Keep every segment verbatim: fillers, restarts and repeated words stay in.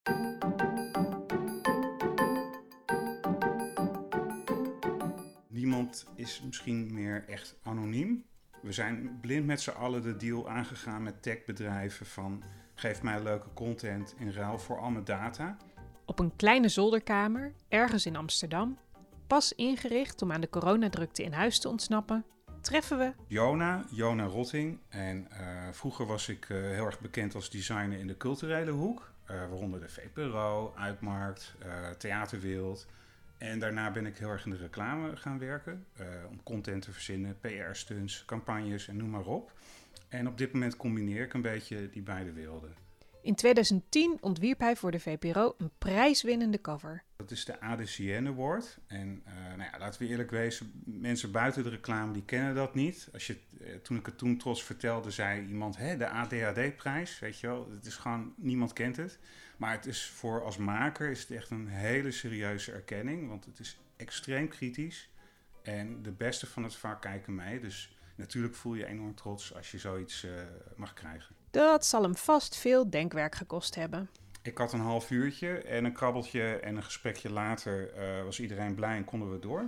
Niemand is misschien meer echt anoniem. We zijn blind met z'n allen de deal aangegaan met techbedrijven van geef mij leuke content in ruil voor al mijn data. Op een kleine zolderkamer, ergens in Amsterdam, pas ingericht om aan de coronadrukte in huis te ontsnappen, treffen we Jona, Jona Rotting. En uh, vroeger was ik uh, heel erg bekend als designer in de culturele hoek. Uh, waaronder de V P R O, Uitmarkt, uh, Theaterwereld. En daarna ben ik heel erg in de reclame gaan werken. Uh, om content te verzinnen, P R-stunts, campagnes en noem maar op. En op dit moment combineer ik een beetje die beide werelden. In tweeduizend tien ontwierp hij voor de V P R O een prijswinnende cover. Dat is de A D C N Award. En uh, nou ja, laten we eerlijk wezen, mensen buiten de reclame die kennen dat niet. Als je, uh, toen ik het toen trots vertelde, zei iemand, hè, de A D H D-prijs, weet je wel. Het is gewoon, niemand kent het. Maar het is voor als maker is het echt een hele serieuze erkenning, want het is extreem kritisch. En de beste van het vak kijken mee. Dus natuurlijk voel je enorm trots als je zoiets uh, mag krijgen. Dat zal hem vast veel denkwerk gekost hebben. Ik had een half uurtje en een krabbeltje en een gesprekje later uh, was iedereen blij en konden we door.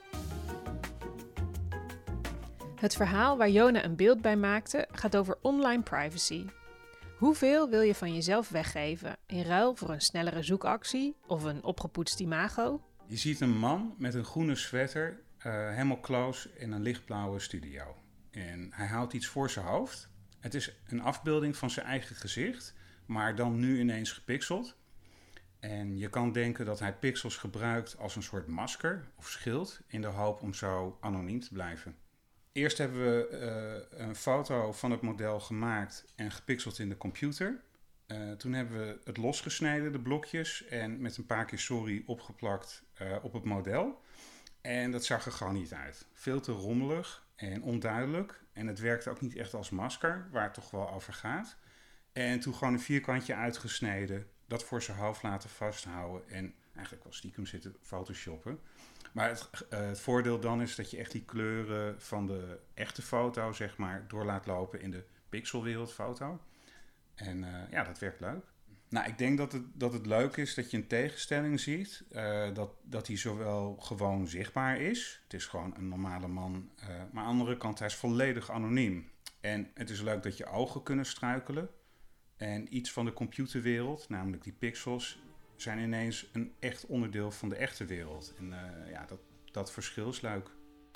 Het verhaal waar Jona een beeld bij maakte gaat over online privacy. Hoeveel wil je van jezelf weggeven in ruil voor een snellere zoekactie of een opgepoetst imago? Je ziet een man met een groene sweater, uh, helemaal close in een lichtblauwe studio. En hij houdt iets voor zijn hoofd. Het is een afbeelding van zijn eigen gezicht, maar dan nu ineens gepixeld. En je kan denken dat hij pixels gebruikt als een soort masker of schild in de hoop om zo anoniem te blijven. Eerst hebben we uh, een foto van het model gemaakt en gepixeld in de computer. Uh, toen hebben we het losgesneden, de blokjes, en met een paar keer sorry opgeplakt uh, op het model. En dat zag er gewoon niet uit. Veel te rommelig en onduidelijk. En het werkte ook niet echt als masker, waar het toch wel over gaat. En toen gewoon een vierkantje uitgesneden, dat voor zijn hoofd laten vasthouden en eigenlijk wel stiekem zitten photoshoppen. Maar het, uh, het voordeel dan is dat je echt die kleuren van de echte foto, zeg maar, door laat lopen in de pixelwereldfoto. En uh, ja, dat werkt leuk. Nou, ik denk dat het, dat het leuk is dat je een tegenstelling ziet. Uh, dat, dat hij zowel gewoon zichtbaar is. Het is gewoon een normale man. Uh, maar aan de andere kant, hij is volledig anoniem. En het is leuk dat je ogen kunnen struikelen. En iets van de computerwereld, namelijk die pixels, zijn ineens een echt onderdeel van de echte wereld. En uh, ja, dat, dat verschil is leuk.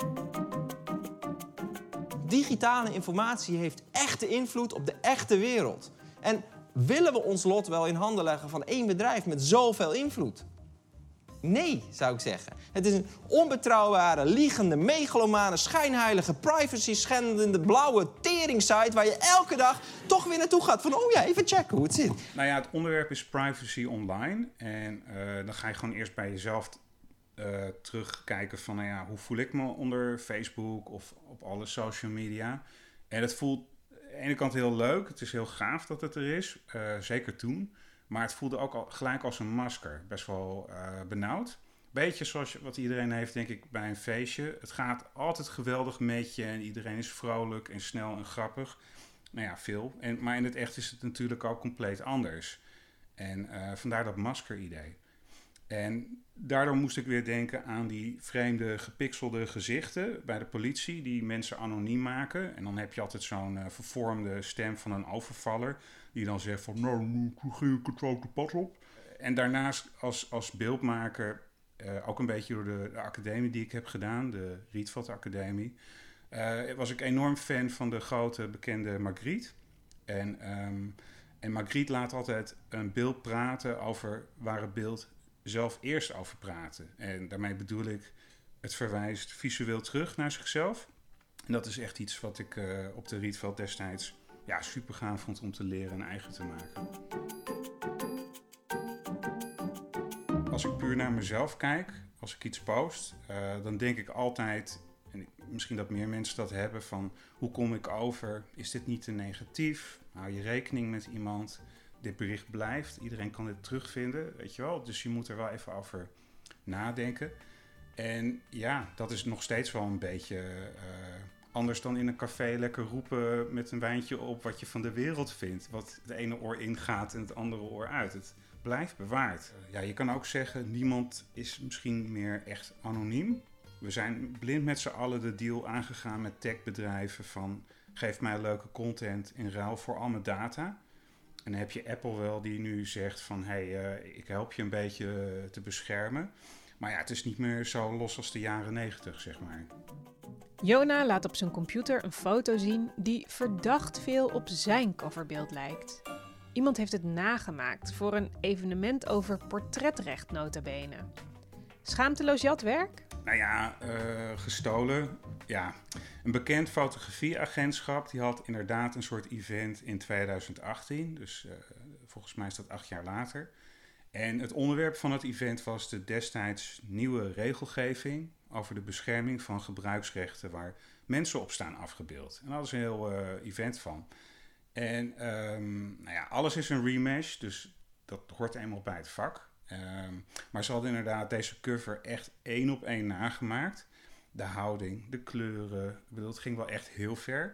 Digitale informatie heeft echte invloed op de echte wereld. En willen we ons lot wel in handen leggen van één bedrijf met zoveel invloed? Nee, zou ik zeggen. Het is een onbetrouwbare, liegende, megalomane, schijnheilige, privacy-schendende, blauwe tering-site waar je elke dag toch weer naartoe gaat van, oh ja, even checken hoe het zit. Nou ja, het onderwerp is privacy online. En uh, dan ga je gewoon eerst bij jezelf uh, terugkijken van, nou ja, hoe voel ik me onder Facebook of op alle social media. En het voelt aan de ene kant heel leuk. Het is heel gaaf dat het er is, uh, zeker toen. Maar het voelde ook al gelijk als een masker. Best wel uh, benauwd. Beetje zoals wat iedereen heeft, denk ik, bij een feestje. Het gaat altijd geweldig met je en iedereen is vrolijk en snel en grappig. Nou ja, veel. En, maar in het echt is het natuurlijk ook compleet anders. En uh, vandaar dat masker-idee. En daardoor moest ik weer denken aan die vreemde gepixelde gezichten bij de politie die mensen anoniem maken. En dan heb je altijd zo'n uh, vervormde stem van een overvaller die dan zegt van, nou, nu ging ik het foute pad op. En daarnaast als, als beeldmaker, uh, ook een beetje door de, de academie die ik heb gedaan, de Rietveld Academie, uh, was ik enorm fan van de grote bekende Magritte. En, um, en Magritte laat altijd een beeld praten over waar het beeld zelf eerst over praten. En daarmee bedoel ik, het verwijst visueel terug naar zichzelf. En dat is echt iets wat ik uh, op de Rietveld destijds ja, super gaaf vond om te leren en eigen te maken. Als ik puur naar mezelf kijk, als ik iets post, uh, dan denk ik altijd, en misschien dat meer mensen dat hebben, van hoe kom ik over? Is dit niet te negatief? Hou je rekening met iemand? Dit bericht blijft, iedereen kan dit terugvinden, weet je wel. Dus je moet er wel even over nadenken. En ja, dat is nog steeds wel een beetje uh, anders dan in een café lekker roepen met een wijntje op wat je van de wereld vindt. Wat het ene oor ingaat en het andere oor uit. Het blijft bewaard. Ja, je kan ook zeggen, niemand is misschien meer echt anoniem. We zijn blind met z'n allen de deal aangegaan met techbedrijven van geef mij leuke content in ruil voor al mijn data. En dan heb je Apple wel die nu zegt van hé, hey, uh, ik help je een beetje uh, te beschermen. Maar ja, het is niet meer zo los als de jaren negentig, zeg maar. Jona laat op zijn computer een foto zien die verdacht veel op zijn coverbeeld lijkt. Iemand heeft het nagemaakt voor een evenement over portretrecht nota bene. Schaamteloos jatwerk? Nou ja, uh, gestolen. Ja, een bekend fotografieagentschap die had inderdaad een soort event in tweeduizend achttien. Dus uh, volgens mij is dat acht jaar later. En het onderwerp van het event was de destijds nieuwe regelgeving over de bescherming van gebruiksrechten waar mensen op staan afgebeeld. En daar hadden ze een heel uh, event van. En um, nou ja, alles is een remesh, dus dat hoort eenmaal bij het vak. Um, maar ze hadden inderdaad deze cover echt één op één nagemaakt. De houding, de kleuren, ik bedoel, het ging wel echt heel ver.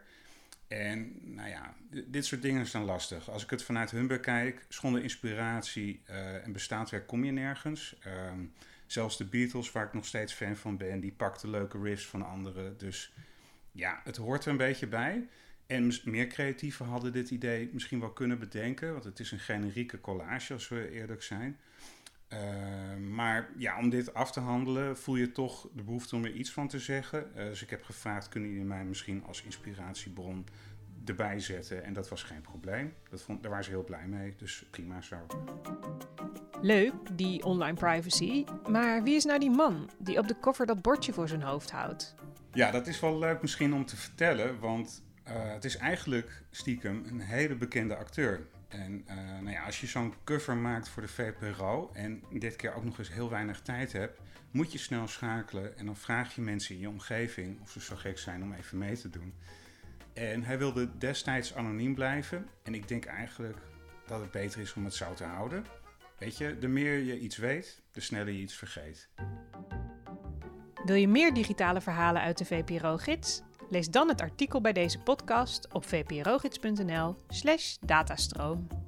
En nou ja, d- dit soort dingen zijn lastig. Als ik het vanuit hun bekijk, zonder inspiratie uh, en bestaand kom je nergens. Um, zelfs de Beatles, waar ik nog steeds fan van ben, die pakten leuke riffs van anderen. Dus ja, het hoort er een beetje bij. En meer creatieven hadden dit idee misschien wel kunnen bedenken, want het is een generieke collage, als we eerlijk zijn. Uh, maar ja, om dit af te handelen voel je toch de behoefte om er iets van te zeggen. Uh, dus ik heb gevraagd, kunnen jullie mij misschien als inspiratiebron erbij zetten? En dat was geen probleem. Dat vond, daar waren ze heel blij mee, dus prima zo. Leuk, die online privacy. Maar wie is nou die man die op de cover dat bordje voor zijn hoofd houdt? Ja, dat is wel leuk misschien om te vertellen, want uh, het is eigenlijk stiekem een hele bekende acteur. En uh, nou ja, als je zo'n cover maakt voor de V P R O en dit keer ook nog eens heel weinig tijd hebt, moet je snel schakelen en dan vraag je mensen in je omgeving of ze zo gek zijn om even mee te doen. En hij wilde destijds anoniem blijven en ik denk eigenlijk dat het beter is om het zo te houden. Weet je, de meer je iets weet, de sneller je iets vergeet. Wil je meer digitale verhalen uit de V P R O-gids? Lees dan het artikel bij deze podcast op vprogids.nl slash datastroom.